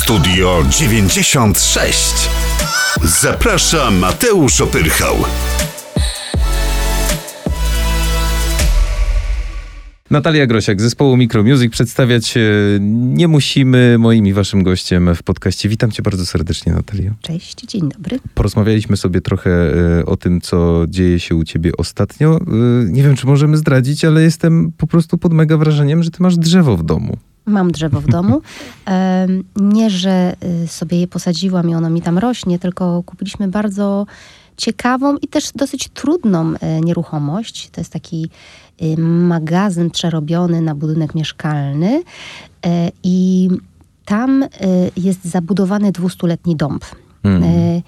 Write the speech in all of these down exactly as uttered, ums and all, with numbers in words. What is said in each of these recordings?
Studio dziewięćdziesiąt sześć. Zaprasza Mateusz Opyrchał. Natalia Grosiak z zespołu Micromusic. Przedstawiać się nie musimy. Moim i waszym gościem w podcaście. Witam cię bardzo serdecznie, Natalia. Cześć, dzień dobry. Porozmawialiśmy sobie trochę o tym, co dzieje się u ciebie ostatnio. Nie wiem, czy możemy zdradzić, ale jestem po prostu pod mega wrażeniem, że ty masz drzewo w domu. Mam drzewo w domu. Nie, że sobie je posadziłam i ono mi tam rośnie, tylko kupiliśmy bardzo ciekawą i też dosyć trudną nieruchomość. To jest taki magazyn przerobiony na budynek mieszkalny i tam jest zabudowany dwustuletni dąb. Hmm.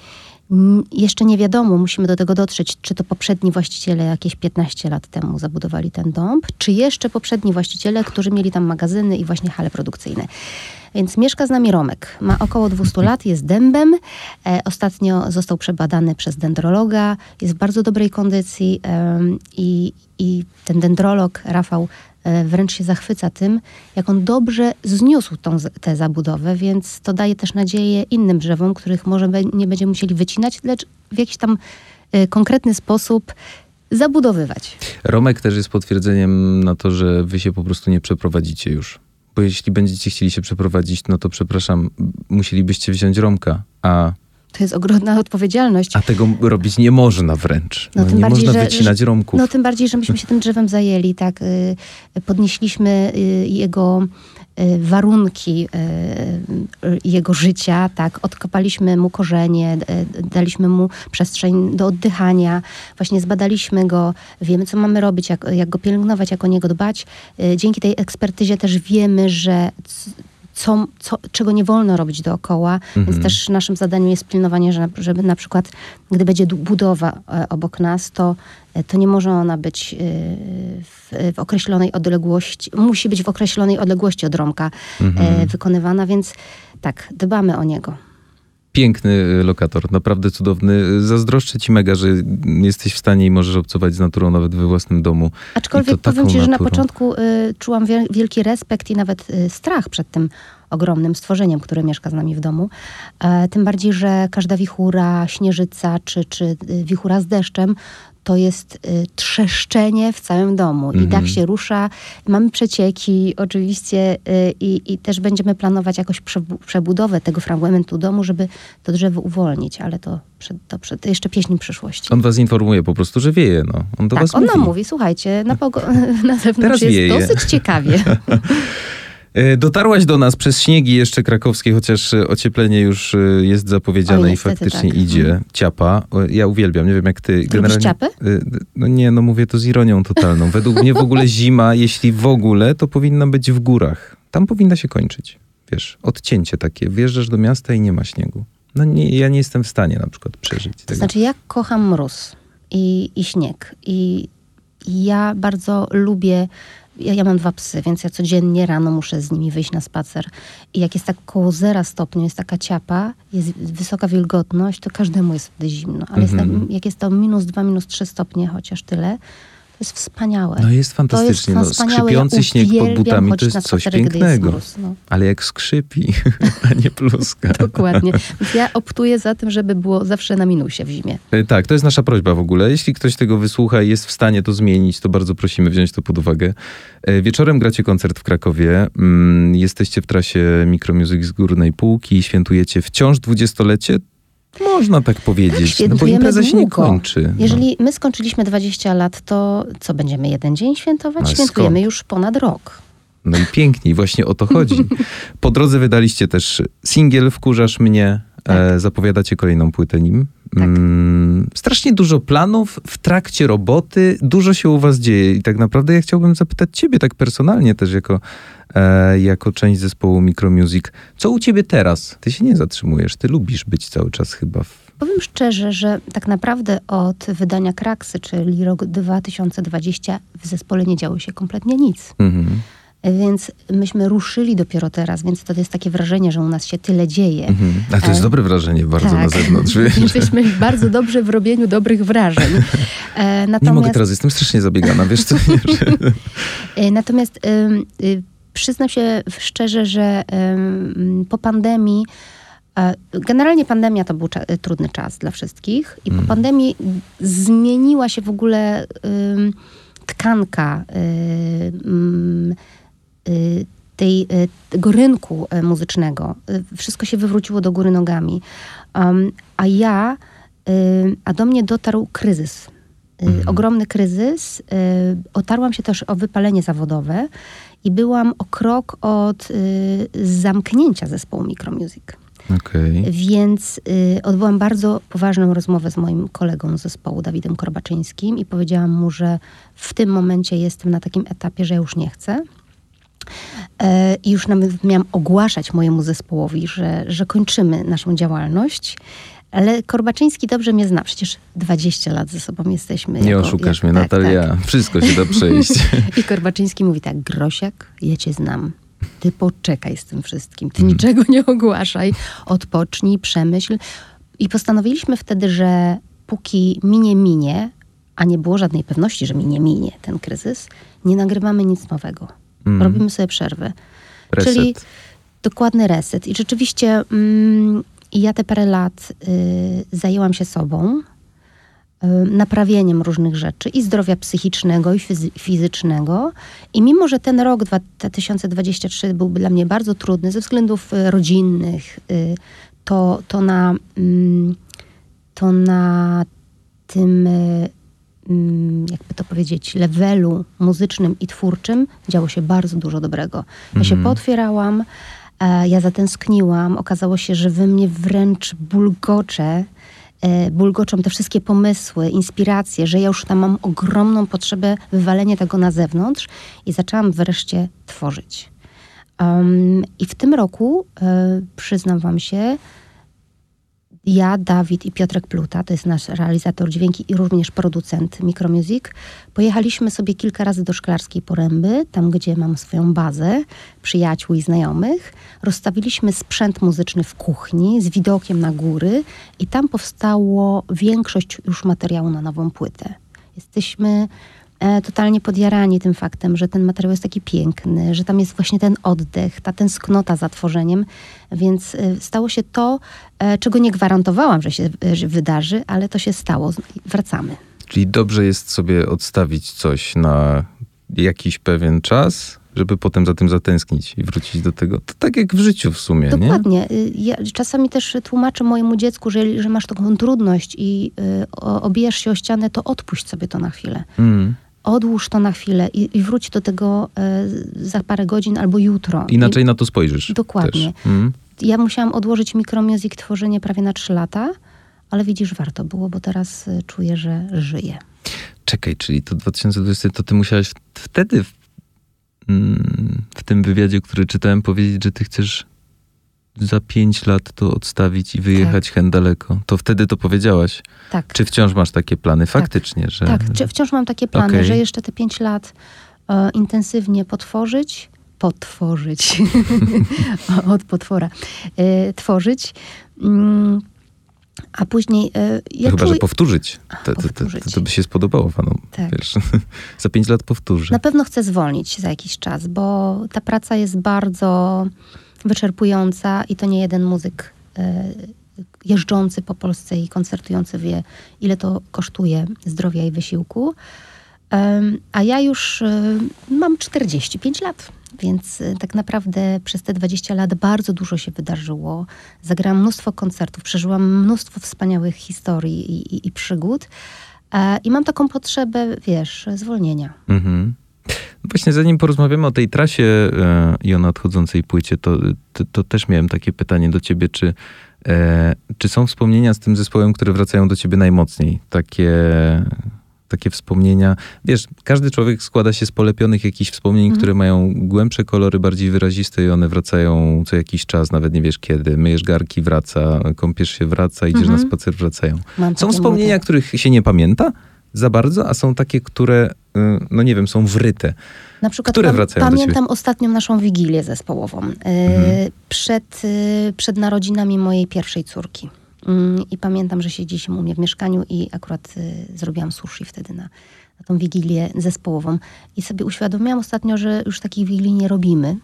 Jeszcze nie wiadomo, musimy do tego dotrzeć, czy to poprzedni właściciele jakieś piętnaście lat temu zabudowali ten dąb, czy jeszcze poprzedni właściciele, którzy mieli tam magazyny i właśnie hale produkcyjne. Więc mieszka z nami Romek. Ma około dwieście lat, jest dębem. E, ostatnio został przebadany przez dendrologa. Jest w bardzo dobrej kondycji e, i, i ten dendrolog, Rafał, e, wręcz się zachwyca tym, jak on dobrze zniósł tą, tę zabudowę, więc to daje też nadzieję innym drzewom, których może be, nie będziemy musieli wycinać, lecz w jakiś tam e, konkretny sposób zabudowywać. Romek też jest potwierdzeniem na to, że wy się po prostu nie przeprowadzicie już. Bo jeśli będziecie chcieli się przeprowadzić, no to przepraszam, musielibyście wziąć Romka, a... To jest ogromna odpowiedzialność. A tego robić nie można wręcz. No, no, nie bardziej, można że, wycinać Romków. No tym bardziej, że myśmy się tym drzewem zajęli, tak. Podnieśliśmy jego warunki jego życia, tak. Odkopaliśmy mu korzenie, daliśmy mu przestrzeń do oddychania. Właśnie zbadaliśmy go, wiemy, co mamy robić, jak, jak go pielęgnować, jak o niego dbać. Dzięki tej ekspertyzie też wiemy, że Co, co, czego nie wolno robić dookoła, mhm. więc też naszym zadaniem jest pilnowanie, że, żeby na przykład, gdy będzie budowa e, obok nas, to, e, to nie może ona być e, w, w określonej odległości, musi być w określonej odległości od Romka mhm. e, wykonywana, więc tak, dbamy o niego. Piękny lokator, naprawdę cudowny. Zazdroszczę ci mega, że jesteś w stanie i możesz obcować z naturą nawet we własnym domu. Aczkolwiek powiem ci, naturą. że na początku y, czułam wiel- wielki respekt i nawet y, strach przed tym ogromnym stworzeniem, które mieszka z nami w domu. E, tym bardziej, że każda wichura, śnieżyca czy, czy y, wichura z deszczem to jest y, trzeszczenie w całym domu. Mm-hmm. I dach się rusza. Mamy przecieki oczywiście y, i, i też będziemy planować jakoś przebu- przebudowę tego fragmentu domu, żeby to drzewo uwolnić, ale to, przed, to przed, jeszcze pieśń przyszłości. On was informuje po prostu, że wieje. No. On do tak, was on mówi. nam mówi, słuchajcie, na, pogo- na zewnątrz Teraz jest wieje. dosyć ciekawie. Dotarłaś do nas przez śniegi jeszcze krakowskie, chociaż ocieplenie już jest zapowiedziane Oj, niestety, i faktycznie tak. idzie. Ciapa. Ja uwielbiam, nie wiem jak ty. Ty Generalnie, lubisz ciapy? No nie, no mówię to z ironią totalną. Według mnie w ogóle zima, jeśli w ogóle, to powinna być w górach. Tam powinna się kończyć. Wiesz, odcięcie takie. Wjeżdżasz do miasta i nie ma śniegu. No nie, ja nie jestem w stanie na przykład przeżyć tego. To znaczy ja kocham mróz i, i śnieg. I ja bardzo lubię Ja, ja mam dwa psy, więc ja codziennie rano muszę z nimi wyjść na spacer. I jak jest tak koło zera stopniu, jest taka ciapa, jest wysoka wilgotność, to każdemu jest wtedy zimno. Ale mm-hmm. jest tak, jak jest to minus dwa, minus trzy stopnie chociaż tyle, to jest wspaniałe. No jest fantastycznie. To jest skrzypiący ja śnieg pod butami to jest coś pięknego. Mróz, no. Ale jak skrzypi, a nie pluska. Dokładnie. Więc ja optuję za tym, żeby było zawsze na minusie w zimie. Tak, to jest nasza prośba w ogóle. Jeśli ktoś tego wysłucha i jest w stanie to zmienić, to bardzo prosimy wziąć to pod uwagę. Wieczorem gracie koncert w Krakowie. Jesteście w trasie Micromusic z Górnej Półki. Świętujecie wciąż dwudziestolecie. Można tak powiedzieć, tak, no bo impreza się nie kończy. Jeżeli no. my skończyliśmy dwadzieścia lat, to co, będziemy jeden dzień świętować? Ale Świętujemy skąd? już ponad rok. No i pięknie, właśnie o to chodzi. Po drodze wydaliście też singiel Wkurzasz mnie, tak. e, zapowiadacie kolejną płytę nim. Tak. Mm, strasznie dużo planów w trakcie roboty, dużo się u was dzieje i tak naprawdę ja chciałbym zapytać ciebie tak personalnie też jako, e, jako część zespołu Micromusic. Co u ciebie teraz? Ty się nie zatrzymujesz, ty lubisz być cały czas chyba w... Powiem szczerze, że tak naprawdę od wydania Kraksy, czyli rok dwa tysiące dwudziesty, w zespole nie działo się kompletnie nic. Mhm. Więc myśmy ruszyli dopiero teraz, więc to jest takie wrażenie, że u nas się tyle dzieje. Mhm. A to jest e... dobre wrażenie bardzo tak. na zewnątrz. Jesteśmy bardzo dobrze w robieniu dobrych wrażeń. E, natomiast... Nie mogę teraz, jestem strasznie zabiegana, wiesz co? e, natomiast e, e, przyznam się szczerze, że um, po pandemii, e, generalnie pandemia to był cza- trudny czas dla wszystkich i po Mm. pandemii zmieniła się w ogóle um, tkanka um, y, tej, y, tego rynku y, muzycznego. Y, wszystko się wywróciło do góry nogami. Um, a ja, y, a do mnie dotarł kryzys. Y, Mhm. Ogromny kryzys. Y, otarłam się też o wypalenie zawodowe i byłam o krok od y, zamknięcia zespołu Micromusic. Okej. Więc y, odbyłam bardzo poważną rozmowę z moim kolegą z zespołu, Dawidem Korbaczyńskim, i powiedziałam mu, że w tym momencie jestem na takim etapie, że ja już nie chcę. E, I już nawet miałam ogłaszać mojemu zespołowi, że, że kończymy naszą działalność. Ale Korbaczyński dobrze mnie zna. Przecież dwadzieścia lat ze sobą jesteśmy. Nie jako- oszukasz jak- mnie, tak, Natalia. tak. Wszystko się da przejść. I Korbaczyński mówi tak: Grosiak, ja cię znam. Ty poczekaj z tym wszystkim. Ty Mm. niczego nie ogłaszaj. Odpocznij, przemyśl. I postanowiliśmy wtedy, że póki minie, minie, a nie było żadnej pewności, że minie, minie ten kryzys, nie nagrywamy nic nowego. Mm. Robimy sobie przerwę. Reset. Czyli dokładny reset. I rzeczywiście mm, ja te parę lat y, zajęłam się sobą, y, naprawieniem różnych rzeczy i zdrowia psychicznego, i fizy- fizycznego. I mimo, że ten rok dwa tysiące dwudziesty trzeci byłby dla mnie bardzo trudny ze względów y, rodzinnych, y, to, to, na, mm, to na tym, y, mm, jakby to powiedzieć, levelu muzycznym i twórczym działo się bardzo dużo dobrego. Ja się Mhm. pootwierałam, e, ja zatęskniłam. Okazało się, że we mnie wręcz bulgocze, e, bulgoczą te wszystkie pomysły, inspiracje, że ja już tam mam ogromną potrzebę wywalenia tego na zewnątrz i zaczęłam wreszcie tworzyć. Um, I w tym roku, e, przyznam wam się, ja, Dawid i Piotrek Pluta, to jest nasz realizator dźwięki i również producent Micromusic, pojechaliśmy sobie kilka razy do Szklarskiej Poręby, tam gdzie mam swoją bazę, przyjaciół i znajomych. Rozstawiliśmy sprzęt muzyczny w kuchni z widokiem na góry i tam powstało większość już materiału na nową płytę. Jesteśmy e, totalnie podjarani tym faktem, że ten materiał jest taki piękny, że tam jest właśnie ten oddech, ta tęsknota za tworzeniem, więc e, stało się to, e, czego nie gwarantowałam, że się e, że wydarzy, ale to się stało. Wracamy. Czyli dobrze jest sobie odstawić coś na jakiś pewien czas, żeby potem za tym zatęsknić i wrócić do tego. To tak jak w życiu w sumie, nie? Dokładnie. Y, Ja czasami też tłumaczę mojemu dziecku, że, że masz taką trudność i y, o- obijasz się o ścianę, to odpuść sobie to na chwilę. Mm. Odłóż to na chwilę i, i wróć do tego y, za parę godzin albo jutro. Inaczej na to spojrzysz. Dokładnie. Też. Mm. I ja musiałam odłożyć Micromusic tworzenie prawie na trzy lata, ale widzisz, warto było, bo teraz y, czuję, że żyję. Czekaj, czyli to dwa tysiące dwudziesty, to ty musiałaś wtedy w, mm, w tym wywiadzie, który czytałem, powiedzieć, że ty chcesz za pięć lat to odstawić i wyjechać hen daleko. To wtedy to powiedziałaś. Tak. Czy wciąż masz takie plany? Faktycznie, że... Tak, czy- wciąż mam takie plany, Okej. że jeszcze te pięć lat e, intensywnie potworzyć, potworzyć, od potwora, e, tworzyć, mm, a później e, ja Chyba, czuję, że powtórzyć. To, to, to, powtórzyć. to, to by się spodobało fanom. Tak. Wiesz, za pięć lat powtórzę. na pewno chcę zwolnić za jakiś czas, bo ta praca jest bardzo wyczerpująca i to nie jeden muzyk e, jeżdżący po Polsce i koncertujący wie, ile to kosztuje zdrowia i wysiłku. Em, A ja już e, mam czterdzieści pięć lat, więc e, tak naprawdę przez te dwadzieścia lat bardzo dużo się wydarzyło. Zagrałam mnóstwo koncertów, przeżyłam mnóstwo wspaniałych historii i, i, i przygód. E, I mam taką potrzebę, wiesz, zwolnienia. Mhm. No właśnie, zanim porozmawiamy o tej trasie e, i o nadchodzącej płycie, to, to, to też miałem takie pytanie do ciebie, czy, e, czy są wspomnienia z tym zespołem, które wracają do ciebie najmocniej? Takie, takie wspomnienia. Wiesz, każdy człowiek składa się z polepionych jakichś wspomnień, Mhm. które mają głębsze kolory, bardziej wyraziste i one wracają co jakiś czas, nawet nie wiesz kiedy. Myjesz garki, wraca, kąpiesz się, wraca, idziesz Mhm. na spacer, wracają. Mam Są takie wspomnienia, momenty. których się nie pamięta za bardzo, a są takie, które, y, no nie wiem, są wryte. Na przykład Które pam- wracają do pamiętam ostatnią naszą wigilię zespołową. E, Mhm. przed, e, przed narodzinami mojej pierwszej córki. Mm, I pamiętam, że siedzieliśmy u mnie w mieszkaniu i akurat e, zrobiłam sushi wtedy na, na tą wigilię zespołową. I sobie uświadomiłam ostatnio, że już takich wigilii nie robimy.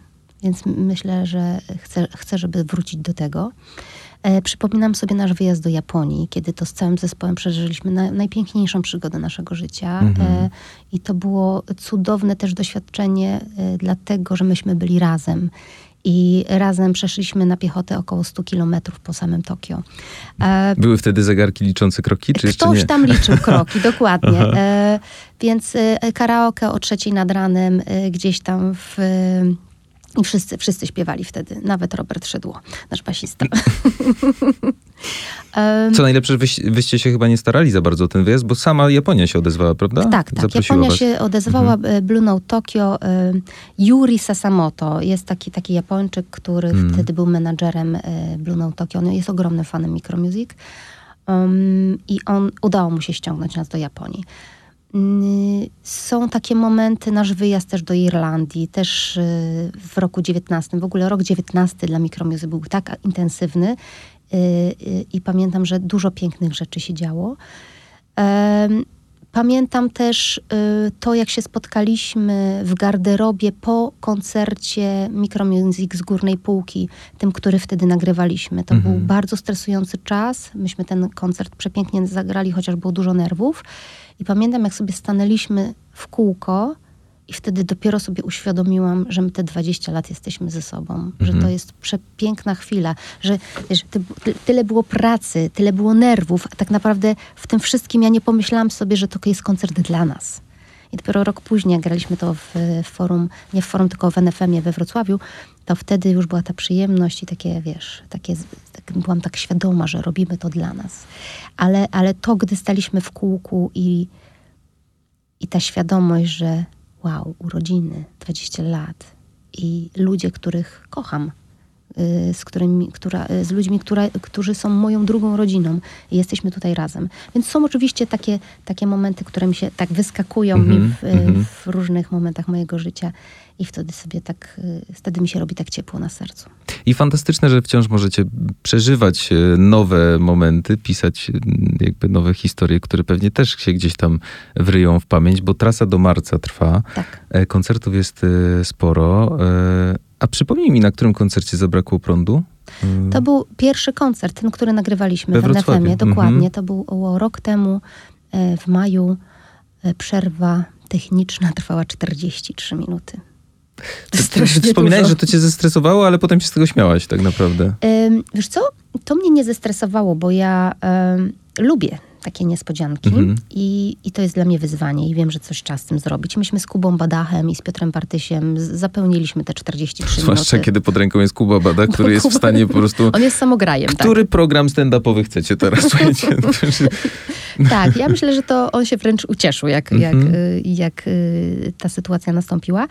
Więc myślę, że chcę, chcę żeby wrócić do tego. E, przypominam sobie nasz wyjazd do Japonii, kiedy to z całym zespołem przeżyliśmy na, najpiękniejszą przygodę naszego życia. Mhm. E, I to było cudowne też doświadczenie, e, dlatego, że myśmy byli razem. I razem przeszliśmy na piechotę około stu kilometrów po samym Tokio. E, Były wtedy zegarki liczące kroki, czy jeszcze Ktoś nie? tam liczył kroki, dokładnie. E, więc e, karaoke o trzeciej nad ranem, e, gdzieś tam w... E, I wszyscy, wszyscy śpiewali wtedy, nawet Robert Szydło, nasz basista. um, Co najlepsze, wy, wyście się chyba nie starali za bardzo o ten wyjazd, bo sama Japonia się odezwała, prawda? Tak, tak. Zaprosiła Japonia was. się odezwała, mhm. Blue Note Tokio. Yuri Sasamoto jest taki, taki Japończyk, który hmm. wtedy był menadżerem Blue Note Tokio. On jest ogromnym fanem Micromusic. Um, I on, udało mu się ściągnąć nas do Japonii. Są takie momenty, nasz wyjazd też do Irlandii, też w roku dziewiętnastym, w ogóle rok dziewiętnasty dla Micromusic był tak intensywny i pamiętam, że dużo pięknych rzeczy się działo. Pamiętam też to, jak się spotkaliśmy w garderobie po koncercie Micromusic z Górnej Półki, tym, który wtedy nagrywaliśmy. To mhm. był bardzo stresujący czas. Myśmy ten koncert przepięknie zagrali, chociaż było dużo nerwów. I pamiętam, jak sobie stanęliśmy w kółko i wtedy dopiero sobie uświadomiłam, że my te dwadzieścia lat jesteśmy ze sobą. Mhm. Że to jest przepiękna chwila. Że, że ty, tyle było pracy, tyle było nerwów, a tak naprawdę w tym wszystkim ja nie pomyślałam sobie, że to jest koncert dla nas. I dopiero rok później, jak graliśmy to w, w forum, nie w forum, tylko w N F M ie we Wrocławiu, to wtedy już była ta przyjemność i takie, wiesz, takie, tak, byłam tak świadoma, że robimy to dla nas. Ale, ale to, gdy staliśmy w kółku i, i ta świadomość, że wow, urodziny, dwadzieścia lat i ludzie, których kocham, y, z, którymi, która, z ludźmi, która, którzy są moją drugą rodziną i jesteśmy tutaj razem. Więc są oczywiście takie, takie momenty, które mi się tak wyskakują mm-hmm, mi w, mm-hmm. w różnych momentach mojego życia i wtedy sobie tak, wtedy mi się robi tak ciepło na sercu. I fantastyczne, że wciąż możecie przeżywać nowe momenty, pisać jakby nowe historie, które pewnie też się gdzieś tam wryją w pamięć, bo trasa do marca trwa. Tak. Koncertów jest sporo. A przypomnij mi, na którym koncercie zabrakło prądu? To był pierwszy koncert, ten, który nagrywaliśmy w N F M ie. Dokładnie. Mm-hmm. To było rok temu, w maju. Przerwa techniczna trwała czterdzieści trzy minuty. To to, wspominałeś, że to cię zestresowało, ale potem się z tego śmiałaś tak naprawdę. Ym, wiesz co? To mnie nie zestresowało, bo ja ym, lubię takie niespodzianki mm-hmm. i, i to jest dla mnie wyzwanie i wiem, że coś trzeba z tym zrobić. Myśmy z Kubą Badachem i z Piotrem Partysiem z, zapełniliśmy te czterdzieści trzy minuty. Zwłaszcza kiedy pod ręką jest Kuba Badach, który jest w stanie po prostu... On jest samograjem, Który tak. program stand-upowy chcecie teraz? Słuchajcie. Tak, ja myślę, że to on się wręcz ucieszył, jak, mm-hmm. jak, jak, jak ta sytuacja nastąpiła.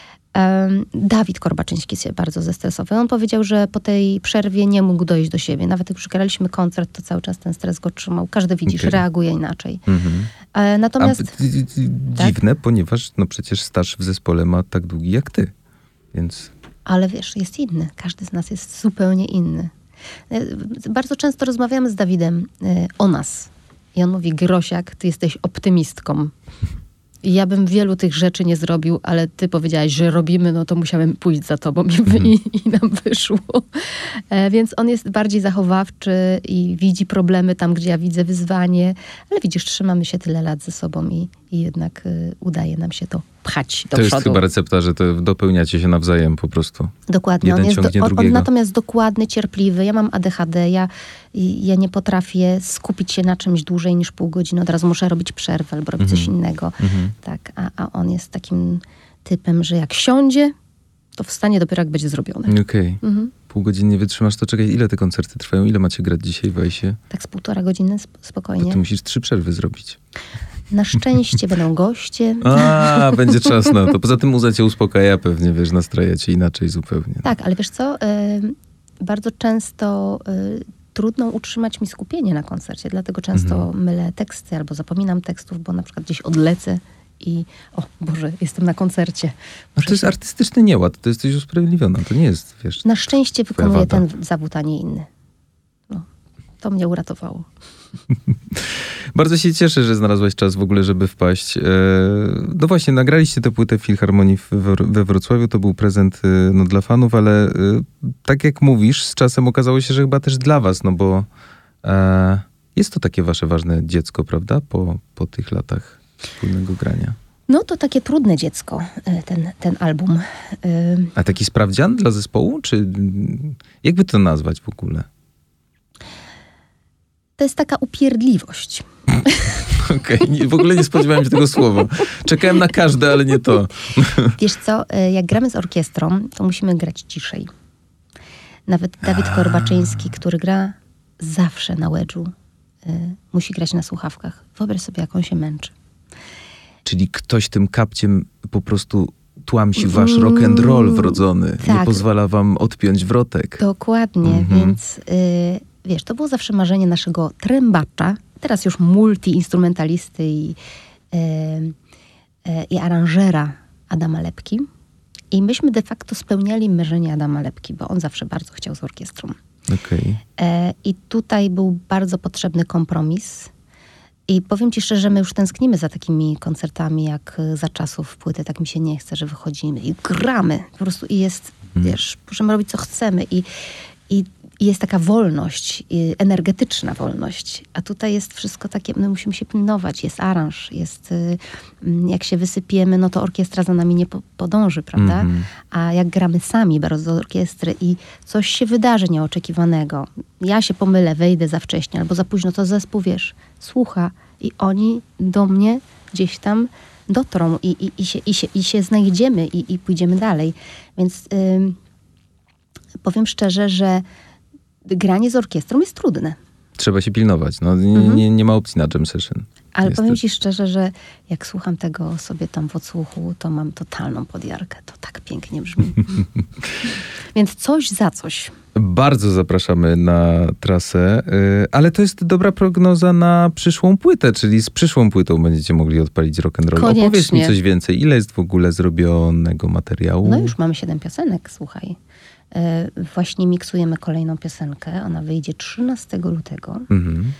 Dawid Korbaczyński się bardzo zestresował. On powiedział, że po tej przerwie nie mógł dojść do siebie. Nawet jak przygraliśmy koncert, to cały czas ten stres go trzymał. Każdy, widzisz, okay. reaguje inaczej. Mm-hmm. Natomiast... A, dziwne, tak? Ponieważ no przecież staż w zespole ma tak długi jak ty. Więc... Ale wiesz, jest inny. Każdy z nas jest zupełnie inny. Bardzo często rozmawiamy z Dawidem o nas. I on mówi, Grosiak, ty jesteś optymistką. I ja bym wielu tych rzeczy nie zrobił, ale ty powiedziałaś, że robimy, no to musiałem pójść za tobą i, mm. i, i nam wyszło. E, więc on jest bardziej zachowawczy i widzi problemy tam, gdzie ja widzę wyzwanie. Ale widzisz, trzymamy się tyle lat ze sobą i, i jednak y, udaje nam się to pchać do to przodu. To jest chyba recepta, że to dopełniacie się nawzajem po prostu. Dokładnie. Jeden on jest ciągnie do, drugiego. On natomiast dokładny, cierpliwy. Ja mam A D H D. Ja, ja nie potrafię skupić się na czymś dłużej niż pół godziny. Od razu muszę robić przerwę albo robić mm-hmm. coś innego. Mm-hmm. Tak, a, a on jest takim typem, że jak siądzie, to wstanie dopiero jak będzie zrobione. Okej. Okay. Mm-hmm. Pół godziny nie wytrzymasz, to czekaj, ile te koncerty trwają? Ile macie grać dzisiaj w Ajsie? Tak z półtora godziny spokojnie. To ty musisz trzy przerwy zrobić. Na szczęście będą goście. A, będzie czas na to. Poza tym muza cię uspokaja pewnie, wiesz, nastraja cię inaczej zupełnie. Tak, ale wiesz co, y, bardzo często y, trudno utrzymać mi skupienie na koncercie, dlatego często mhm. mylę teksty albo zapominam tekstów, bo na przykład gdzieś odlecę i o Boże, jestem na koncercie. No to jest się... artystyczny nieład, to jesteś usprawiedliwiona, to nie jest, wiesz... Na szczęście wykonuję ten zawód, a nie inny. No. to mnie uratowało. Bardzo się cieszę, że znalazłaś czas w ogóle, żeby wpaść. No właśnie, nagraliście tę płytę w Filharmonii we Wrocławiu. To był prezent no, dla fanów, ale tak jak mówisz, z czasem okazało się, że chyba też dla was, no bo jest to takie wasze ważne dziecko, prawda? Po, po tych latach wspólnego grania. No to takie trudne dziecko, ten, ten album. A taki sprawdzian dla zespołu? Czy jakby to nazwać w ogóle? To jest taka upierdliwość. Okej, okay. W ogóle nie spodziewałem się tego słowa. Czekałem na każde, ale nie to. Wiesz co, jak gramy z orkiestrą, to musimy grać ciszej. Nawet Dawid A. Korbaczyński, który gra zawsze na wedżu, y, musi grać na słuchawkach. Wyobraź sobie, jak on się męczy. Czyli ktoś tym kapciem po prostu tłamsi wasz rock and roll wrodzony. Tak. Nie pozwala wam odpiąć wrotek. Dokładnie, mhm. Więc y, wiesz, to było zawsze marzenie naszego trębacza, teraz już multi-instrumentalisty i, y, y, i aranżera Adama Lepki. I myśmy de facto spełniali marzenie Adama Lepki, bo on zawsze bardzo chciał z orkiestrą. Okay. E, I tutaj był bardzo potrzebny kompromis. I powiem ci szczerze, my już tęsknimy za takimi koncertami, jak za czasów płyty Tak mi się nie chce, że wychodzimy i gramy. Po prostu i jest, hmm. wiesz, możemy robić co chcemy i, i, i jest taka wolność, energetyczna wolność. A tutaj jest wszystko takie, my musimy się pilnować. Jest aranż, jest, jak się wysypiemy, no to orkiestra za nami nie po, podąży, prawda? Mm-hmm. A jak gramy sami bardzo do orkiestry i coś się wydarzy nieoczekiwanego, ja się pomylę, wejdę za wcześnie albo za późno, to zespół, wiesz, słucha i oni do mnie gdzieś tam dotrą i, i, i, się, i, się, i się znajdziemy i, i pójdziemy dalej. Więc ym, powiem szczerze, że granie z orkiestrą jest trudne. Trzeba się pilnować. No, mhm. nie, nie ma opcji na jam session. Ale Niestety. powiem ci szczerze, że jak słucham tego sobie tam w odsłuchu, to mam totalną podjarkę. To tak pięknie brzmi. Więc coś za coś. Bardzo zapraszamy na trasę, ale to jest dobra prognoza na przyszłą płytę, czyli z przyszłą płytą będziecie mogli odpalić rock'n'roll. Koniecznie. Opowiedz mi coś więcej. Ile jest w ogóle zrobionego materiału? No już mamy siedem piosenek, słuchaj. Yy, właśnie miksujemy kolejną piosenkę. Ona wyjdzie trzynastego lutego. Mhm.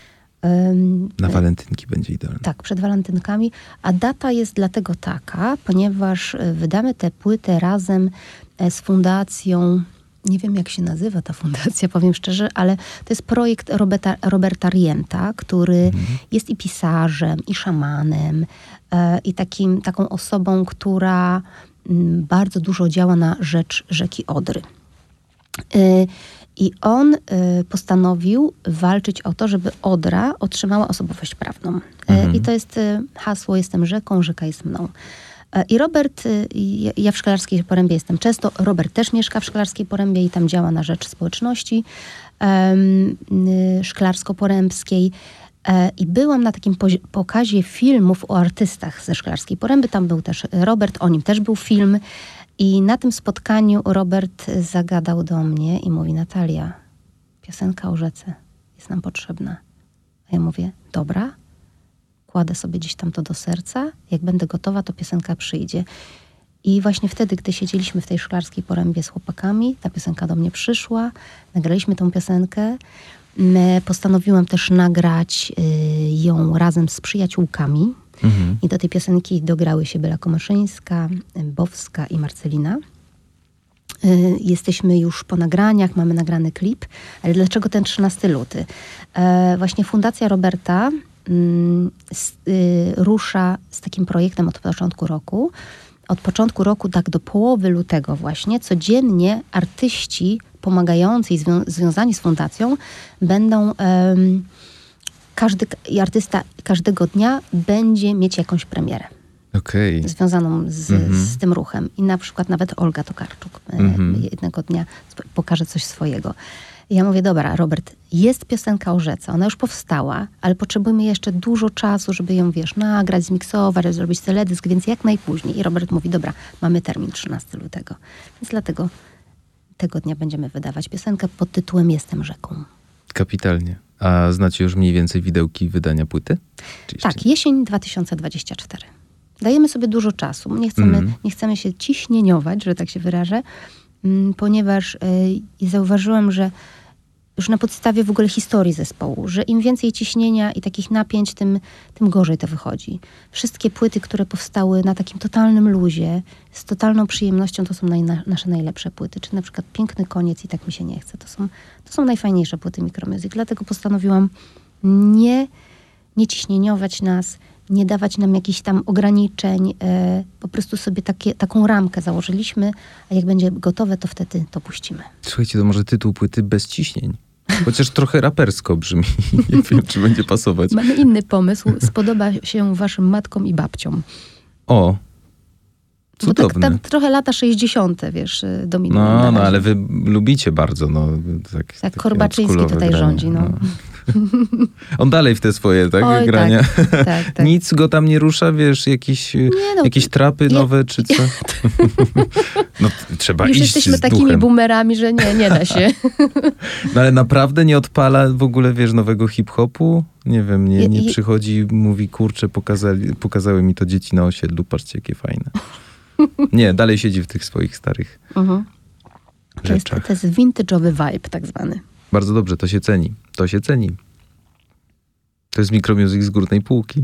Na walentynki będzie idealnie. Tak, przed walentynkami. A data jest dlatego taka, ponieważ wydamy tę płytę razem z fundacją, nie wiem jak się nazywa ta fundacja, powiem szczerze, ale to jest projekt Roberta, Roberta Rienta, który mhm. jest i pisarzem, i szamanem, e, i takim, taką osobą, która m, bardzo dużo działa na rzecz rzeki Odry. E, I on y, postanowił walczyć o to, żeby Odra otrzymała osobowość prawną. Mhm. Y, I to jest y, hasło "Jestem rzeką, rzeka jest mną". Y, I Robert, y, ja w Szklarskiej Porębie jestem często, Robert też mieszka w Szklarskiej Porębie i tam działa na rzecz społeczności y, y, szklarsko-porębskiej. Y, I byłam na takim pozi- pokazie filmów o artystach ze Szklarskiej Poręby. Tam był też Robert, o nim też był film. I na tym spotkaniu Robert zagadał do mnie i mówi: Natalia, piosenka o rzece jest nam potrzebna. A ja mówię: dobra, kładę sobie gdzieś tam to do serca. Jak będę gotowa, to piosenka przyjdzie. I właśnie wtedy, gdy siedzieliśmy w tej Szklarskiej Porębie z chłopakami, ta piosenka do mnie przyszła. Nagraliśmy tą piosenkę. Postanowiłam też nagrać ją razem z przyjaciółkami. Mhm. I do tej piosenki dograły się Bela Komyszyńska, Bowska i Marcelina. Y, jesteśmy już po nagraniach, mamy nagrany klip. Ale dlaczego ten trzynastego lutego? E, właśnie Fundacja Roberta y, y, rusza z takim projektem od początku roku. Od początku roku, tak do połowy lutego właśnie, codziennie artyści pomagający i zwią- związani z fundacją będą... Y, Każdy artysta każdego dnia będzie mieć jakąś premierę. Okay. Związaną z, mm-hmm. z tym ruchem. I na przykład nawet Olga Tokarczuk mm-hmm. jednego dnia pokaże coś swojego. I ja mówię: dobra, Robert, jest piosenka o rzece, ona już powstała, ale potrzebujemy jeszcze dużo czasu, żeby ją, wiesz, nagrać, zmiksować, zrobić teledysk, więc jak najpóźniej. I Robert mówi: dobra, mamy termin trzynastego lutego. Więc dlatego tego dnia będziemy wydawać piosenkę pod tytułem Jestem rzeką. Kapitalnie. A znacie już mniej więcej widełki wydania płyty? Tak, jesień dwa tysiące dwudziesty czwarty. Dajemy sobie dużo czasu. Nie chcemy, mm. nie chcemy się ciśnieniować, że tak się wyrażę, ponieważ y, zauważyłam, że już na podstawie w ogóle historii zespołu, że im więcej ciśnienia i takich napięć, tym, tym gorzej to wychodzi. Wszystkie płyty, które powstały na takim totalnym luzie, z totalną przyjemnością, to są naj, na, nasze najlepsze płyty. Czy na przykład Piękny koniec i Tak mi się nie chce. To są, to są najfajniejsze płyty Micromusic. Dlatego postanowiłam nie, nie ciśnieniować nas, nie dawać nam jakichś tam ograniczeń. E, po prostu sobie takie, taką ramkę założyliśmy, a jak będzie gotowe, to wtedy to puścimy. Słuchajcie, to może tytuł płyty Bez ciśnień. Chociaż trochę rapersko brzmi. Nie wiem, czy będzie pasować. Mamy inny pomysł. Spodoba się waszym matkom i babciom. O, cudowne. Bo tak, tak trochę lata sześćdziesiąte, wiesz, dominują. No, no, ale wy lubicie bardzo. No, tak, tak Korbaczyński tutaj granie. rządzi. No. No. On dalej w te swoje, tak, Oj, grania. Tak, tak, tak. Nic go tam nie rusza, wiesz, jakieś, nie, no, jakieś trapy je, nowe, czy co? No, trzeba Już iść jesteśmy z takimi duchem. boomerami, że nie, nie da się. No ale naprawdę nie odpala w ogóle, wiesz, nowego hip-hopu? Nie wiem, nie, nie I, przychodzi, mówi, kurczę, pokazali, pokazały mi to dzieci na osiedlu, patrzcie, jakie fajne. Nie, dalej siedzi w tych swoich starych uh-huh. to, jest, rzeczach. to jest vintage'owy vibe tak zwany. Bardzo dobrze, to się ceni. To się ceni. To jest Micromusic z górnej półki.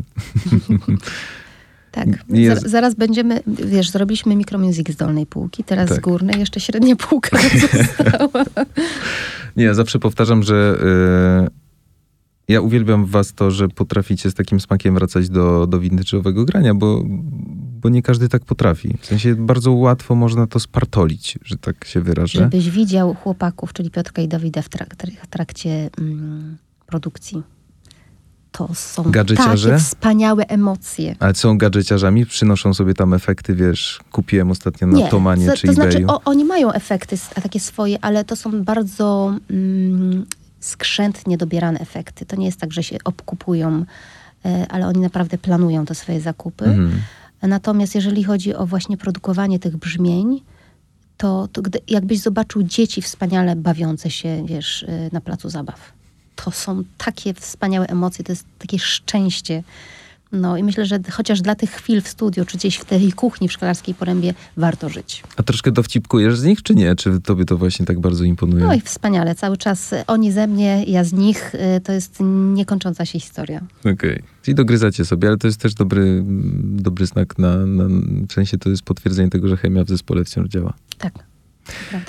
Tak. Jest... Zaraz, zaraz będziemy, wiesz, zrobiliśmy Micromusic z dolnej półki, teraz tak. z górnej, jeszcze średnia półka została. Nie, ja zawsze powtarzam, że yy, ja uwielbiam w was to, że potraficie z takim smakiem wracać do, do vintage'owego grania, bo, bo nie każdy tak potrafi. W sensie bardzo łatwo można to spartolić, że tak się wyrażę. Żebyś widział chłopaków, czyli Piotrka i Dawida w, trak, w trakcie mm, produkcji. To są Gadżeciarze? takie wspaniałe emocje. Ale są gadżeciarzami? Przynoszą sobie tam efekty, wiesz, kupiłem ostatnio na Nie, Tomanie to, czy to eBayu. znaczy o, oni mają efekty takie swoje, ale to są bardzo mm, skrzętnie dobierane efekty. To nie jest tak, że się obkupują, e, ale oni naprawdę planują te swoje zakupy. Mhm. Natomiast jeżeli chodzi o właśnie produkowanie tych brzmień, to, to gdy, jakbyś zobaczył dzieci wspaniale bawiące się, wiesz, y, na placu zabaw. To są takie wspaniałe emocje, to jest takie szczęście. No i myślę, że chociaż dla tych chwil w studiu, czy gdzieś w tej kuchni w Szklarskiej Porębie warto żyć. A troszkę dowcipkujesz z nich, czy nie? Czy tobie to właśnie tak bardzo imponuje? No i wspaniale. Cały czas oni ze mnie, ja z nich. Y, to jest niekończąca się historia. Okej. Okay. Czyli dogryzacie sobie, ale to jest też dobry, dobry znak na, na... W sensie to jest potwierdzenie tego, że chemia w zespole wciąż działa. Tak, prawda.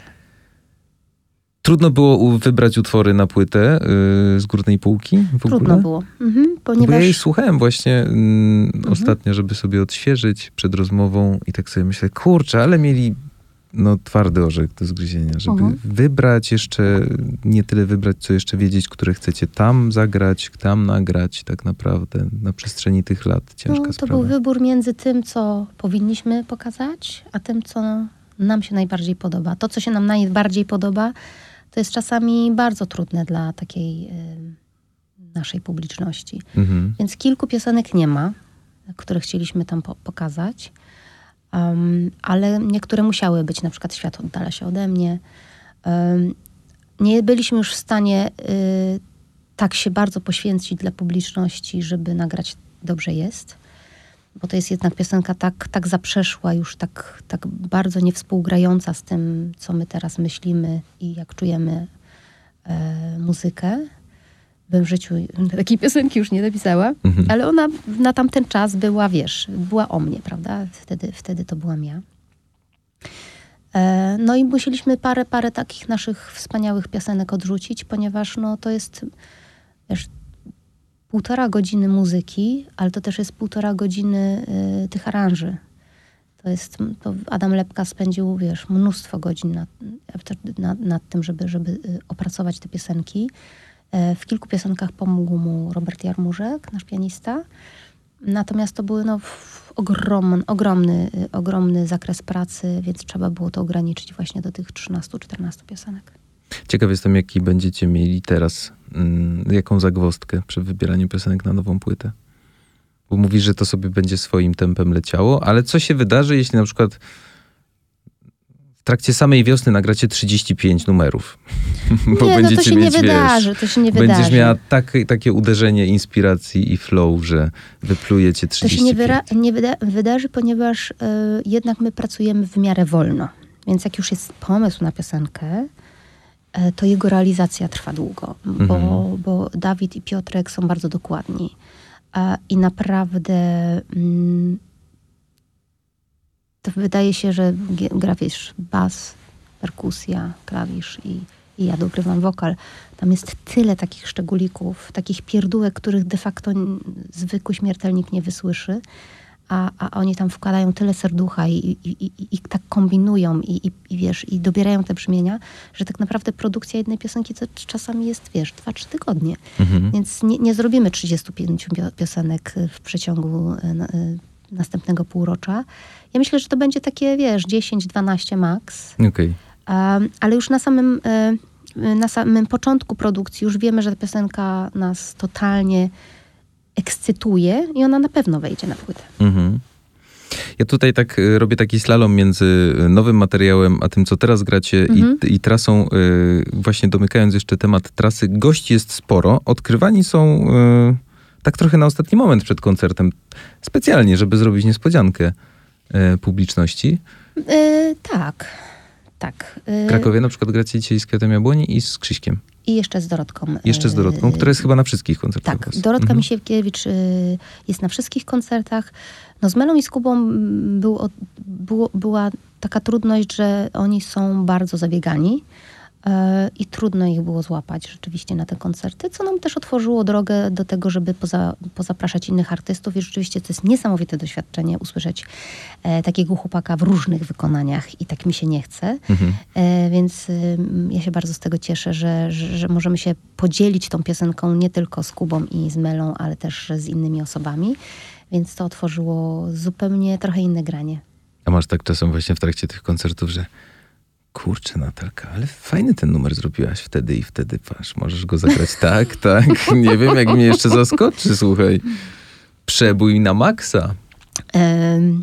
Trudno było wybrać utwory na płytę yy, z górnej półki w Trudno ogóle? było. Mhm, ponieważ... Bo ja jej słuchałem właśnie yy, mhm. ostatnio, żeby sobie odświeżyć przed rozmową i tak sobie myślę, kurczę, ale mieli no, twardy orzech do zgryzienia, żeby mhm. wybrać jeszcze, nie tyle wybrać, co jeszcze wiedzieć, które chcecie tam zagrać, tam nagrać tak naprawdę na przestrzeni tych lat. Ciężka no, to sprawa. był wybór między tym, co powinniśmy pokazać, a tym, co nam się najbardziej podoba. To, co się nam najbardziej podoba, to jest czasami bardzo trudne dla takiej y, naszej publiczności. Mhm. Więc kilku piosenek nie ma, które chcieliśmy tam po- pokazać, um, ale niektóre musiały być, na przykład Świat oddala się ode mnie. Um, nie byliśmy już w stanie y, tak się bardzo poświęcić dla publiczności, żeby nagrać Dobrze jest, bo to jest jednak piosenka tak, tak zaprzeszła, już tak, tak bardzo niewspółgrająca z tym, co my teraz myślimy i jak czujemy e, muzykę. Bym w życiu takiej piosenki już nie napisała, mhm. ale ona na tamten czas była, wiesz, była o mnie, prawda? Wtedy, wtedy to byłam ja. E, no i musieliśmy parę, parę takich naszych wspaniałych piosenek odrzucić, ponieważ no, to jest, wiesz, półtora godziny muzyki, ale to też jest półtora godziny y, tych aranży. To jest, to Adam Lepka spędził, wiesz, mnóstwo godzin nad, nad, nad tym, żeby, żeby y, opracować te piosenki. E, w kilku piosenkach pomógł mu Robert Jarmużek, nasz pianista. Natomiast to był no, ogromny, ogromny, y, ogromny zakres pracy, więc trzeba było to ograniczyć właśnie do tych trzynastu czternastu piosenek. Ciekaw jestem, jaki będziecie mieli teraz, mm, jaką zagwozdkę przy wybieraniu piosenek na nową płytę. Bo mówisz, że to sobie będzie swoim tempem leciało, ale co się wydarzy, jeśli na przykład w trakcie samej wiosny nagracie trzydzieści pięć numerów? Bo nie, będziecie no to się mieć, nie wydarzy, wiesz, to się nie będziesz wydarzy. miała tak, takie uderzenie inspiracji i flow, że wyplujecie trzydzieści pięć. To się nie, wyra- nie wyda- wydarzy, ponieważ y, jednak my pracujemy w miarę wolno. Więc jak już jest pomysł na piosenkę, to jego realizacja trwa długo, bo, Mhm. bo Dawid i Piotrek są bardzo dokładni. E, I naprawdę mm, to wydaje się, że gie- gra, wiesz, bas, perkusja, klawisz i, i ja dogrywam wokal. Tam jest tyle takich szczególików, takich pierdółek, których de facto n- zwykły śmiertelnik nie wysłyszy. A, a oni tam wkładają tyle serducha i, i, i, i, i tak kombinują i, i, i wiesz, i dobierają te brzmienia, że tak naprawdę produkcja jednej piosenki to czasami jest, wiesz, dwa, trzy tygodnie. Mhm. Więc nie, nie zrobimy trzydziestu pięciu pio- piosenek w przeciągu e, na, e, następnego półrocza. Ja myślę, że to będzie takie, wiesz, dziesięć dwanaście max. Okej. Um, ale już na samym, e, na samym początku produkcji już wiemy, że ta piosenka nas totalnie ekscytuje i ona na pewno wejdzie na płytę. Mhm. Ja tutaj tak y, robię taki slalom między y, nowym materiałem, a tym, co teraz gracie Mhm. i, i trasą. Y, właśnie domykając jeszcze temat trasy, gości jest sporo. Odkrywani są y, tak trochę na ostatni moment przed koncertem. Specjalnie, żeby zrobić niespodziankę y, publiczności. E, tak, tak. E, W Krakowie na przykład gracie dzisiaj z Kwiatem Jabłoni i z Krzyśkiem. I jeszcze z Dorotką. Jeszcze z Dorotką, E, która jest chyba na wszystkich koncertach. Tak, was. Dorotka Mhm. Misiewkiewicz y, jest na wszystkich koncertach. No z Melą i z Kubą mm, był, o- było, była taka trudność, że oni są bardzo zabiegani y, i trudno ich było złapać rzeczywiście na te koncerty, co nam też otworzyło drogę do tego, żeby poza, pozapraszać innych artystów i rzeczywiście to jest niesamowite doświadczenie usłyszeć e, takiego chłopaka w różnych wykonaniach i tak mi się nie chce. Mhm. E, więc y, ja się bardzo z tego cieszę, że, że, że możemy się podzielić tą piosenką nie tylko z Kubą i z Melą, ale też z innymi osobami. Więc to otworzyło zupełnie trochę inne granie. A masz tak czasem właśnie w trakcie tych koncertów, że kurczę Natalka, ale fajny ten numer zrobiłaś wtedy i wtedy, patrz, możesz go zagrać tak, tak, nie wiem, jak mnie jeszcze zaskoczy, słuchaj. Przebój na maksa. Em,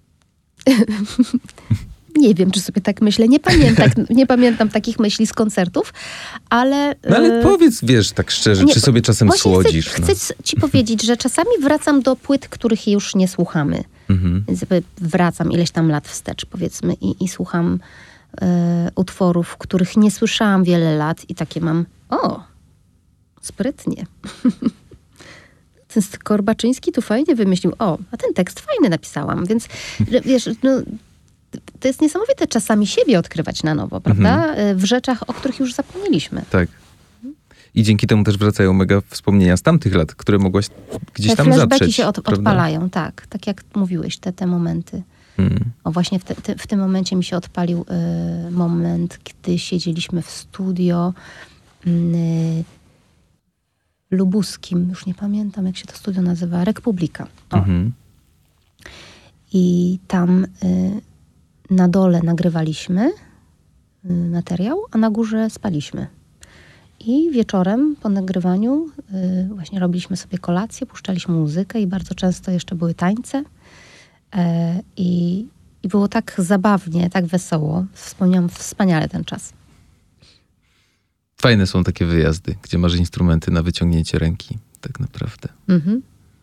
nie wiem, czy sobie tak myślę. Nie pamiętam, nie pamiętam takich myśli z koncertów, ale... No ale e, powiedz, wiesz, tak szczerze, nie, czy sobie czasem właśnie słodzisz? Chcę, no. chcę ci powiedzieć, że czasami wracam do płyt, których już nie słuchamy. Mhm. Więc jakby wracam ileś tam lat wstecz, powiedzmy, i, i słucham e, utworów, których nie słyszałam wiele lat i takie mam, o, sprytnie. Ten Korbaczyński tu fajnie wymyślił, o, a ten tekst fajny napisałam, więc że, wiesz, no, to jest niesamowite czasami siebie odkrywać na nowo, prawda? E, W rzeczach, o których już zapomnieliśmy. Tak. I dzięki temu też wracają mega wspomnienia z tamtych lat, które mogłaś gdzieś Te tam flashbacki zatrzeć. się od, prawda? odpalają, tak. Tak jak mówiłeś, te, te momenty. Mm. O właśnie w, te, te, w tym momencie mi się odpalił y, moment, gdy siedzieliśmy w studio y, lubuskim, już nie pamiętam jak się to studio nazywa, Republika. O. Mhm. I tam y, na dole nagrywaliśmy y, materiał, a na górze spaliśmy. I wieczorem po nagrywaniu y, właśnie robiliśmy sobie kolację, puszczaliśmy muzykę i bardzo często jeszcze były tańce. E, I, I było tak zabawnie, tak wesoło. Wspomniałam wspaniale ten czas. Fajne są takie wyjazdy, gdzie masz instrumenty na wyciągnięcie ręki, tak naprawdę. Mhm.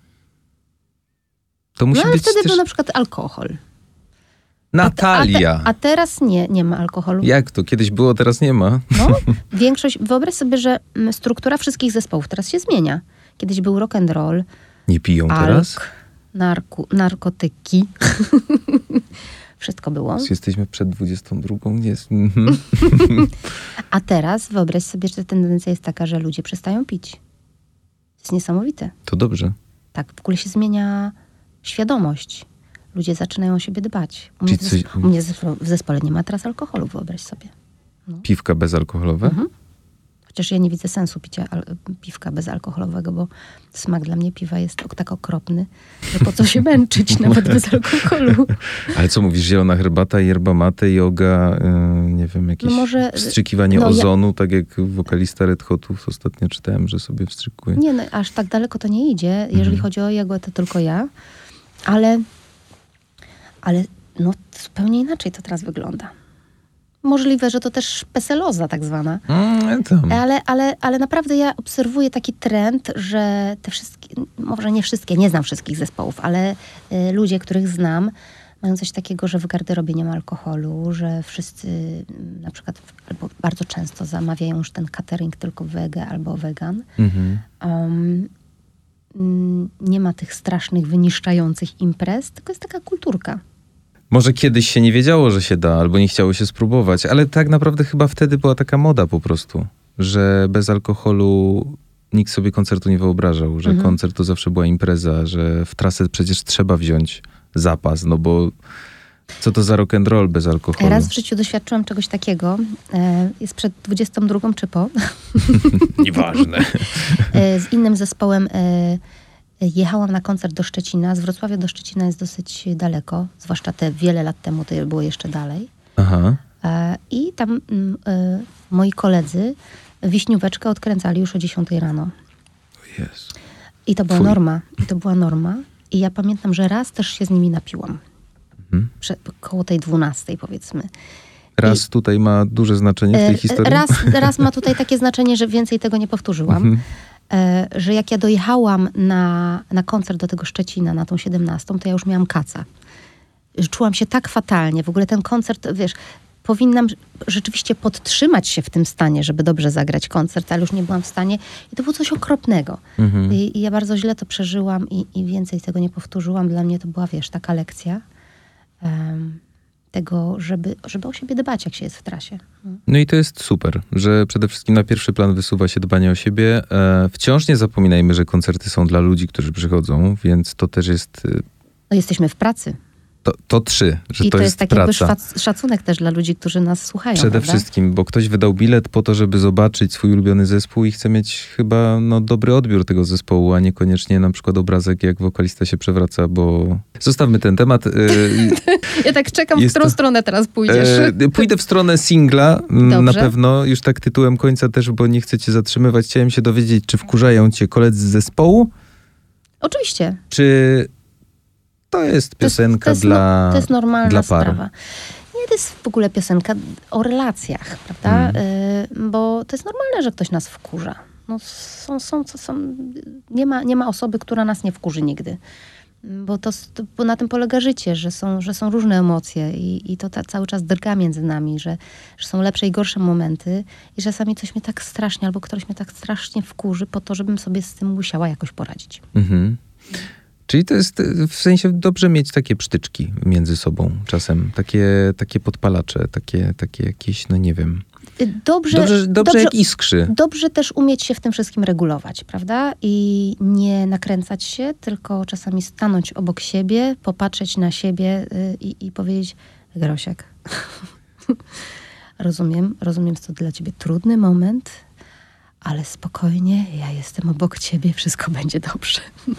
To musi No ale być wtedy też... był na przykład alkohol. Natalia! A, te, a teraz nie, nie ma alkoholu. Jak to? Kiedyś było, teraz nie ma. No, większość, wyobraź sobie, że mm, struktura wszystkich zespołów teraz się zmienia. Kiedyś był rock and roll, Nie piją teraz? alk, narku, narkotyki. Wszystko było. Jesteśmy przed dwudziestą drugą. Jest. Mhm. A teraz wyobraź sobie, że tendencja jest taka, że ludzie przestają pić. To jest niesamowite. To dobrze. Tak, w ogóle się zmienia świadomość. Ludzie zaczynają o siebie dbać. U Czyli mnie, w coś- zespo- u mnie zespo- w zespole nie ma teraz alkoholu, wyobraź sobie. Piwka bezalkoholowe? Mhm. Chociaż ja nie widzę sensu picia al- piwka bezalkoholowego, bo smak dla mnie piwa jest ok- tak okropny, że po co się męczyć nawet bez alkoholu. Ale co mówisz, zielona herbata, yerba mate, yoga, yy, nie wiem, jakieś No może- wstrzykiwanie no ja- ozonu, tak jak wokalista Red Hotów ostatnio czytałem, że sobie wstrzykuje. Nie, no, aż tak daleko to nie idzie. Jeżeli Mhm. chodzi o jogę, to tylko ja. Ale, ale no, zupełnie inaczej to teraz wygląda. Możliwe, że to też peseloza tak zwana. Mm, tam. Ale, ale, ale naprawdę ja obserwuję taki trend, że te wszystkie, może nie wszystkie, nie znam wszystkich zespołów, ale y, ludzie, których znam, mają coś takiego, że w garderobie nie ma alkoholu, że wszyscy mm, na przykład albo bardzo często zamawiają już ten catering tylko wege albo wegan. Mhm. Um, mm, nie ma tych strasznych, wyniszczających imprez, tylko jest taka kulturka. Może kiedyś się nie wiedziało, że się da, albo nie chciało się spróbować, ale tak naprawdę chyba wtedy była taka moda po prostu, że bez alkoholu nikt sobie koncertu nie wyobrażał, że Mhm. koncert to zawsze była impreza, że w trasę przecież trzeba wziąć zapas, no bo co to za rock and roll bez alkoholu? Raz w życiu doświadczyłam czegoś takiego. E, jest przed dwudziestą drugą czy po. Nieważne. E, z innym zespołem e, jechałam na koncert do Szczecina. Z Wrocławia do Szczecina jest dosyć daleko, zwłaszcza te wiele lat temu to było jeszcze dalej. Aha. E, I tam mm, e, moi koledzy Wiśnióweczkę odkręcali już o dziesiątej rano. Jezu. I to była Fuj. norma. I to była norma. I ja pamiętam, że raz też się z nimi napiłam. Mhm. Prze- koło tej dwunastej powiedzmy. Raz tutaj ma duże znaczenie w tej E, historii? Raz, raz ma tutaj takie znaczenie, że więcej tego nie powtórzyłam. Mhm. E, że jak ja dojechałam na, na koncert do tego Szczecina, na tą siedemnastą, to ja już miałam kaca. Czułam się tak fatalnie. W ogóle ten koncert, wiesz, powinnam rzeczywiście podtrzymać się w tym stanie, żeby dobrze zagrać koncert, ale już nie byłam w stanie. I to było coś okropnego. Mhm. I, i ja bardzo źle to przeżyłam i, i więcej tego nie powtórzyłam. Dla mnie to była, wiesz, taka lekcja em, tego, żeby, żeby o siebie dbać, jak się jest w trasie. No i to jest super, że przede wszystkim na pierwszy plan wysuwa się dbanie o siebie. E, wciąż nie zapominajmy, że koncerty są dla ludzi, którzy przychodzą, więc to też jest... e, No jesteśmy w pracy. To, to trzy, że I to, to, jest jest taki jakby praca. szwac- szacunek też dla ludzi, którzy nas słuchają. Przede prawda? wszystkim, bo ktoś wydał bilet po to, żeby zobaczyć swój ulubiony zespół i chce mieć chyba no, dobry odbiór tego zespołu, a niekoniecznie na przykład obrazek, jak wokalista się przewraca, bo... Zostawmy ten temat. E, Ja tak czekam, w Jest którą to- stronę teraz pójdziesz. E, pójdę w stronę singla, m, na Dobrze. pewno, już tak tytułem końca też, bo nie chcę cię zatrzymywać. Chciałem się dowiedzieć, czy wkurzają cię koledzy z zespołu, Oczywiście. czy to jest To jest- piosenka to jest, dla, no, to jest normalna dla par? sprawa. Nie, to jest w ogóle piosenka o relacjach, prawda? Y, bo to jest normalne, że ktoś nas wkurza. No, są, są, są, są, nie, ma, nie ma osoby, która nas nie wkurzy nigdy. Bo, to, bo na tym polega życie, że są, że są różne emocje i, i to ta, cały czas drga między nami, że, że są lepsze i gorsze momenty i czasami coś mnie tak strasznie, albo ktoś mnie tak strasznie wkurzy po to, żebym sobie z tym musiała jakoś poradzić. Mhm. Czyli to jest e, w sensie dobrze mieć takie psztyczki między sobą czasem, takie, takie podpalacze, takie, takie jakieś, no nie wiem. Y, Dobrze, Dobrze, dobrze jak iskrzy. Dobrze też umieć się w tym wszystkim regulować, prawda? I nie nakręcać się, tylko czasami stanąć obok siebie, popatrzeć na siebie y, i, i powiedzieć: Grosiek, rozumiem, rozumiem, że to dla ciebie trudny moment, ale spokojnie, ja jestem obok ciebie, wszystko będzie dobrze.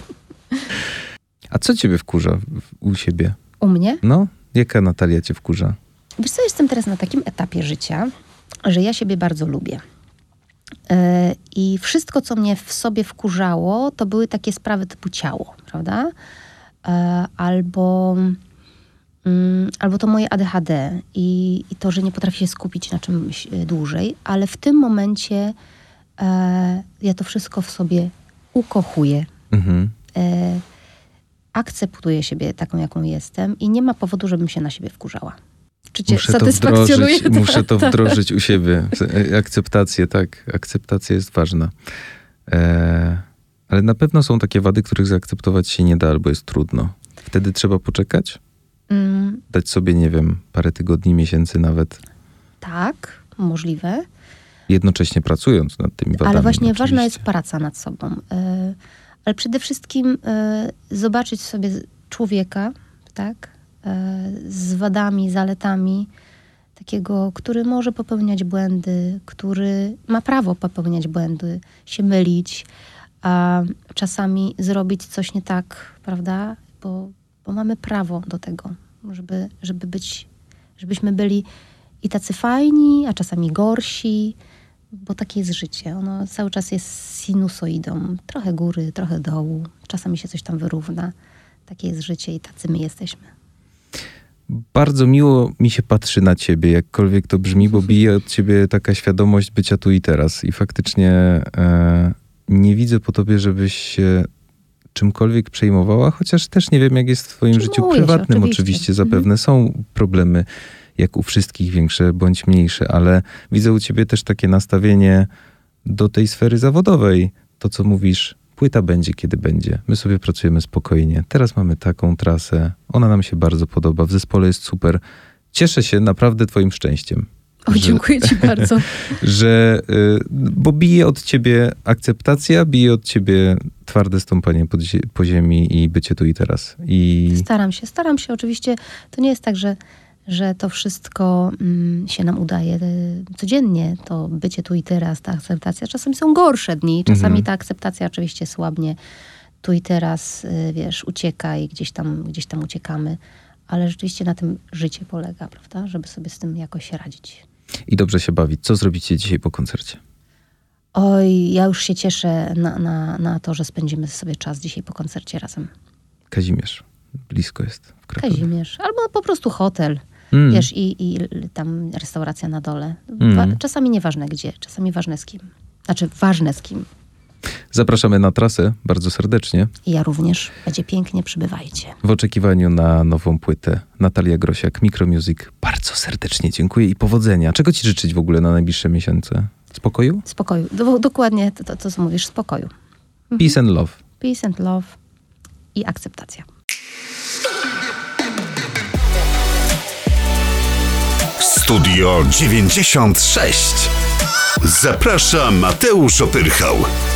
A co ciebie wkurza w- u siebie? U mnie? No, jaka Natalia cię wkurza? Wiesz co, jestem teraz na takim etapie życia, że ja siebie bardzo lubię. Yy, I wszystko, co mnie w sobie wkurzało, to były takie sprawy typu ciało, prawda? Yy, albo, yy, albo to moje A D H D i, i to, że nie potrafię się skupić na czymś yy, dłużej, ale w tym momencie yy, ja to wszystko w sobie ukochuję. Mhm. Yy, akceptuję siebie taką, jaką jestem i nie ma powodu, żebym się na siebie wkurzała. Czy cię Muszę to satysfakcjonuje? wdrożyć, muszę to wdrożyć u siebie. Akceptację, tak. Akceptacja jest ważna. E, ale na pewno są takie wady, których zaakceptować się nie da, albo jest trudno. Wtedy trzeba poczekać? Mm, Dać sobie, nie wiem, parę tygodni, miesięcy nawet, tak, możliwe. jednocześnie pracując nad tymi wadami. Ale właśnie ważna oczywiście. jest praca nad sobą. Y, ale przede wszystkim y, zobaczyć sobie człowieka, tak, y, z wadami, zaletami, takiego, który może popełniać błędy, który ma prawo popełniać błędy, się mylić, a czasami zrobić coś nie tak, prawda? Bo, bo mamy prawo do tego, żeby, żeby być, żebyśmy byli i tacy fajni, a czasami gorsi, bo takie jest życie. Ono cały czas jest sinusoidą. Trochę góry, trochę dołu. Czasami się coś tam wyrówna. Takie jest życie i tacy my jesteśmy. Bardzo miło mi się patrzy na ciebie, jakkolwiek to brzmi, bo bije od ciebie taka świadomość bycia tu i teraz. I faktycznie e, nie widzę po tobie, żebyś się czymkolwiek przejmowała, chociaż też nie wiem, jak jest w twoim Przejmuję życiu się, prywatnym. oczywiście. Oczywiście zapewne są problemy, jak u wszystkich, większe bądź mniejsze, ale widzę u ciebie też takie nastawienie do tej sfery zawodowej. To, co mówisz, płyta będzie, kiedy będzie. My sobie pracujemy spokojnie. Teraz mamy taką trasę. Ona nam się bardzo podoba. W zespole jest super. Cieszę się naprawdę twoim szczęściem. O, że- dziękuję ci bardzo. że, y, bo bije od ciebie akceptacja, bije od ciebie twarde stąpanie po, zie- po ziemi i bycie tu i teraz. I Staram się, staram się. Oczywiście to nie jest tak, że, że to wszystko mm, się nam udaje y, codziennie. To bycie tu i teraz, ta akceptacja. Czasami są gorsze dni, czasami Mhm. ta akceptacja oczywiście słabnie. Tu i teraz, y, wiesz, ucieka i gdzieś tam, gdzieś tam uciekamy. Ale rzeczywiście na tym życie polega, prawda? Żeby sobie z tym jakoś radzić. I dobrze się bawić. Co zrobicie dzisiaj po koncercie? Oj, ja już się cieszę na, na, na to, że spędzimy sobie czas dzisiaj po koncercie razem. Kazimierz. Blisko jest w Krakowie. Kazimierz. Albo po prostu hotel. Mm. Wiesz, i, i tam restauracja na dole. Mm. Wa- czasami nieważne gdzie, czasami ważne z kim. Znaczy ważne z kim. Zapraszamy na trasę bardzo serdecznie. I ja również. Będzie pięknie, przybywajcie. W oczekiwaniu na nową płytę. Natalia Grosiak, Micromusic. Bardzo serdecznie dziękuję i powodzenia. Czego ci życzyć w ogóle na najbliższe miesiące? Spokoju? Spokoju. Do, dokładnie to, to, to, co mówisz. Spokoju. Peace and love. Peace and love i akceptacja. Studio dziewięćdziesiąt sześć. Zaprasza Mateusz Opyrchał.